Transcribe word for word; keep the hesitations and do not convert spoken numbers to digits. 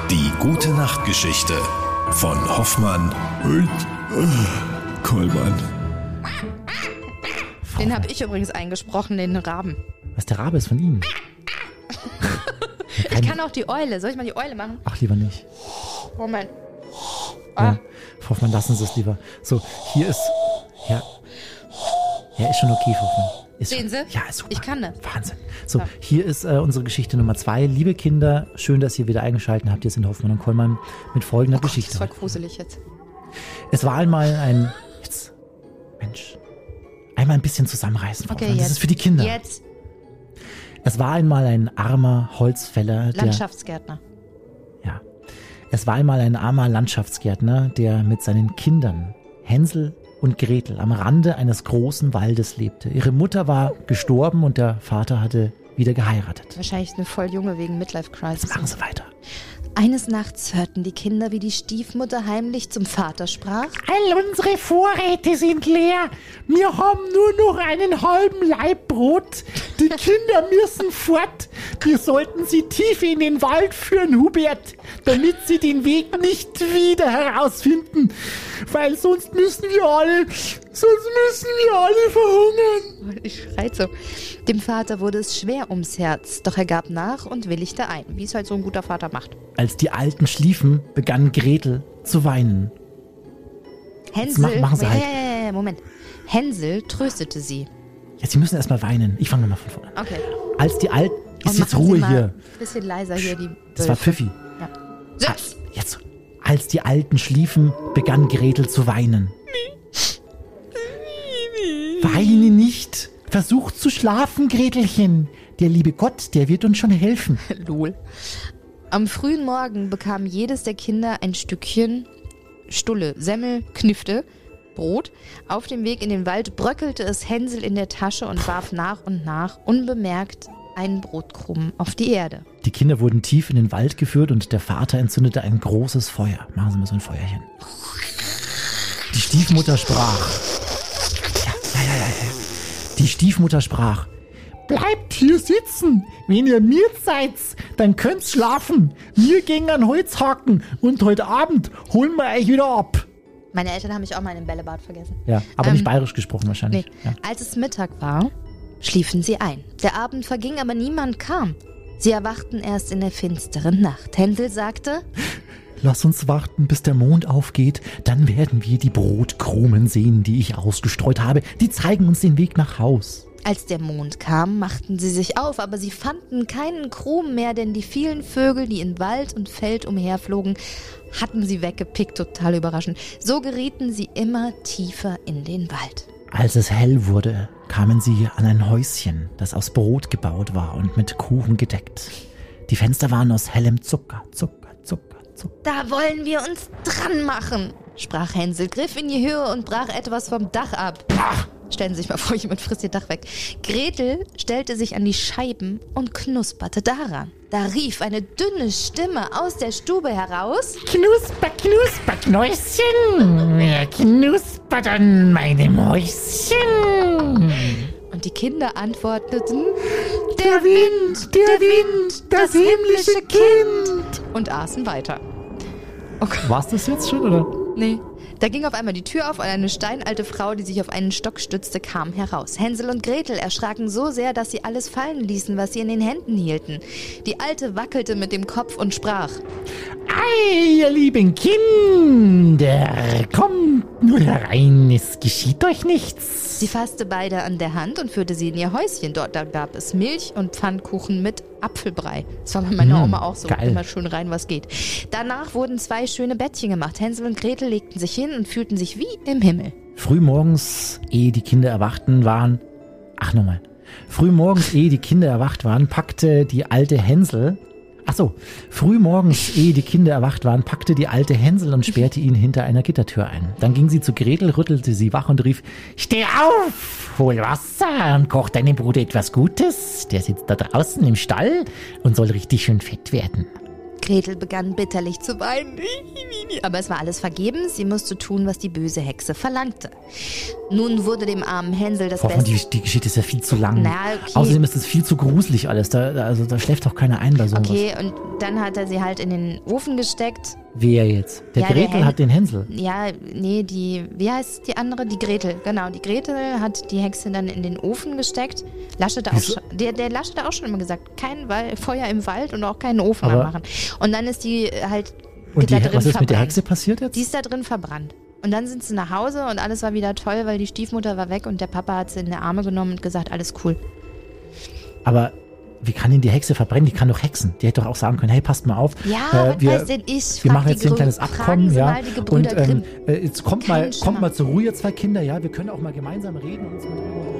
Die Gute-Nacht-Geschichte von Hoffmann und äh, Kollmann. Den habe ich übrigens eingesprochen, den Raben. Was, der Rabe ist von Ihnen? Ich kann auch die Eule. Soll ich mal die Eule machen? Ach, lieber nicht. Moment. Ah. Ja, Frau Hoffmann, lassen Sie es lieber. So, hier ist... Ja, ja ist schon okay, Frau Hoffmann. Ist Sehen schon, Sie? Ja, ist super. Ich kann das. Wahnsinn. So, Ja. hier ist äh, unsere Geschichte Nummer zwei. Liebe Kinder, schön, dass ihr wieder eingeschaltet habt. Hier sind Hoffmann und Kollmann mit folgender Oh Gott, Geschichte. das war gruselig jetzt. Es war einmal ein... Jetzt, Mensch. Einmal ein bisschen zusammenreißen, Frau Okay, Hoffmann. Das jetzt. ist für die Kinder. Jetzt Es war einmal ein armer Holzfäller, der... Landschaftsgärtner. Ja. Es war einmal ein armer Landschaftsgärtner, der mit seinen Kindern, Hänsel und Gretel, am Rande eines großen Waldes lebte. Ihre Mutter war gestorben und der Vater hatte wieder geheiratet. Wahrscheinlich eine voll junge wegen Midlife Crisis. Machen Sie weiter. Eines Nachts hörten die Kinder, wie die Stiefmutter heimlich zum Vater sprach. All unsere Vorräte sind leer. Wir haben nur noch einen halben Laib Brot. Die Kinder müssen fort. Wir sollten sie tief in den Wald führen, Hubert, damit sie den Weg nicht wieder herausfinden. Weil sonst müssen wir alle, sonst müssen wir alle verhungern. Ich schreit so. Dem Vater wurde es schwer ums Herz, doch er gab nach und willigte ein, wie es halt so ein guter Vater macht. Als die Alten schliefen, begann Gretel zu weinen. Hänsel, mach- machen Sie halt. Ja, ja, ja, Moment. Hänsel tröstete sie. Jetzt, Sie müssen erst mal weinen. Ich fange nochmal von vorne an. Okay. Als die Alten... Ist Und jetzt machen Sie Ruhe mal hier. Ein bisschen leiser hier die Das war Wölfe. Pfiffi. Ja. Sitz! Jetzt. Als die Alten schliefen, begann Gretel zu weinen. Weine nicht. Versuch zu schlafen, Gretelchen. Der liebe Gott, der wird uns schon helfen. Lol. Am frühen Morgen bekam jedes der Kinder ein Stückchen Stulle, Semmel, Knifte, Brot. Auf dem Weg in den Wald bröckelte es Hänsel in der Tasche und warf nach und nach unbemerkt einen Brotkrumm auf die Erde. Die Kinder wurden tief in den Wald geführt und der Vater entzündete ein großes Feuer. Machen Sie mal so ein Feuerchen. Die Stiefmutter sprach. Ja, ja, ja, ja. ja. Die Stiefmutter sprach. Bleibt hier sitzen. Wenn ihr mir seid, dann könnt's schlafen. Wir gehen an Holz hacken und heute Abend holen wir euch wieder ab. Meine Eltern haben mich auch mal in den Bällebad vergessen. Ja, aber Ähm, nicht bayerisch gesprochen wahrscheinlich. Nee. Ja. Als es Mittag war, schliefen sie ein. Der Abend verging, aber niemand kam. Sie erwachten erst in der finsteren Nacht. Hänsel sagte, Lass uns warten, bis der Mond aufgeht. Dann werden wir die Brotkrumen sehen, die ich ausgestreut habe. Die zeigen uns den Weg nach Haus. als der Mond kam, machten sie sich auf, aber sie fanden keinen Krumen mehr, denn die vielen Vögel, die in Wald und Feld umherflogen, hatten sie weggepickt, total überraschend. So gerieten sie immer tiefer in den Wald. Als es hell wurde, kamen sie an ein Häuschen, das aus Brot gebaut war und mit Kuchen gedeckt. Die Fenster waren aus hellem Zucker, Zucker, Zucker, Zucker. Da wollen wir uns dran machen, sprach Hänsel, griff in die Höhe und brach etwas vom Dach ab. Stellen Sie sich mal vor, jemand frisst Ihr Dach weg. Gretel stellte sich an die Scheiben und knusperte daran. Da rief eine dünne Stimme aus der Stube heraus. Knusper, knusper, Knäuschen. Wer knuspert an meinem Häuschen? Und die Kinder antworteten, Der Wind, der Wind, das himmlische Kind. und aßen weiter. Okay. War's das jetzt schon, oder? Nee. Da ging auf einmal die Tür auf und eine steinalte Frau, die sich auf einen Stock stützte, kam heraus. Hänsel und Gretel erschraken so sehr, dass sie alles fallen ließen, was sie in den Händen hielten. Die Alte wackelte mit dem Kopf und sprach, Ei, ihr lieben Kinder, kommt nur herein, es geschieht euch nichts. sie fasste beide an der Hand und führte sie in ihr Häuschen. Dort da gab es Milch und Pfannkuchen mit Apfelbrei. Das war bei meiner Mm, Oma auch so. geil. Immer schön rein, was geht. Danach wurden zwei schöne Bettchen gemacht. Hänsel und Gretel legten sich hin und fühlten sich wie im Himmel. Frühmorgens, ehe die Kinder erwachten waren, ach nochmal, frühmorgens, ehe die Kinder erwacht waren, packte die alte Hänsel, ach so, frühmorgens, ehe die Kinder erwacht waren, packte die alte Hänsel und sperrte ihn hinter einer Gittertür ein. Dann ging sie zu Gretel, rüttelte sie wach und rief, Steh auf, hol Wasser und koch deinem Bruder etwas Gutes. Der sitzt da draußen im Stall und soll richtig schön fett werden. Gretel begann bitterlich zu weinen. Aber es war alles vergebens. Sie musste tun, was die böse Hexe verlangte. Nun wurde dem armen Hänsel das Hoffen, Beste... die, die Geschichte ist ja viel zu lang. Na, okay. Außerdem ist es viel zu gruselig alles. Da, da- also da schläft doch keiner ein bei sowas. Okay, und dann hat er sie halt in den Ofen gesteckt. Wer jetzt? Der Ja, der Gretel Hen- hat den Hänsel. Ja, nee, die, wie heißt die andere? Die Gretel, genau. Die Gretel hat die Hexe dann in den Ofen gesteckt. Laschet auch Wieso? schon, der, der Laschet hat auch schon immer gesagt, kein Wal- Feuer im Wald und auch keinen Ofen Aber- anmachen. Und dann ist die halt Und die, da drin was ist verbrannt. mit der Hexe passiert jetzt? Die ist da drin verbrannt. Und dann sind sie nach Hause und alles war wieder toll, weil die Stiefmutter war weg und der Papa hat sie in die Arme genommen und gesagt, alles cool. Aber wie kann denn die Hexe verbrennen? Die kann doch hexen. Die hätte doch auch sagen können, hey, passt mal auf. Ja, äh, was wir, weiß denn ich? wir Frag machen die jetzt hier ein Grü- kleines fragen Abkommen. Sie Ja. mal die Gebrüder Und ähm, Grimm. äh, jetzt kommt Kein mal, Schimmer. kommt mal zur Ruhe, ihr zwei Kinder. Ja, wir können auch mal gemeinsam reden und uns mal drüber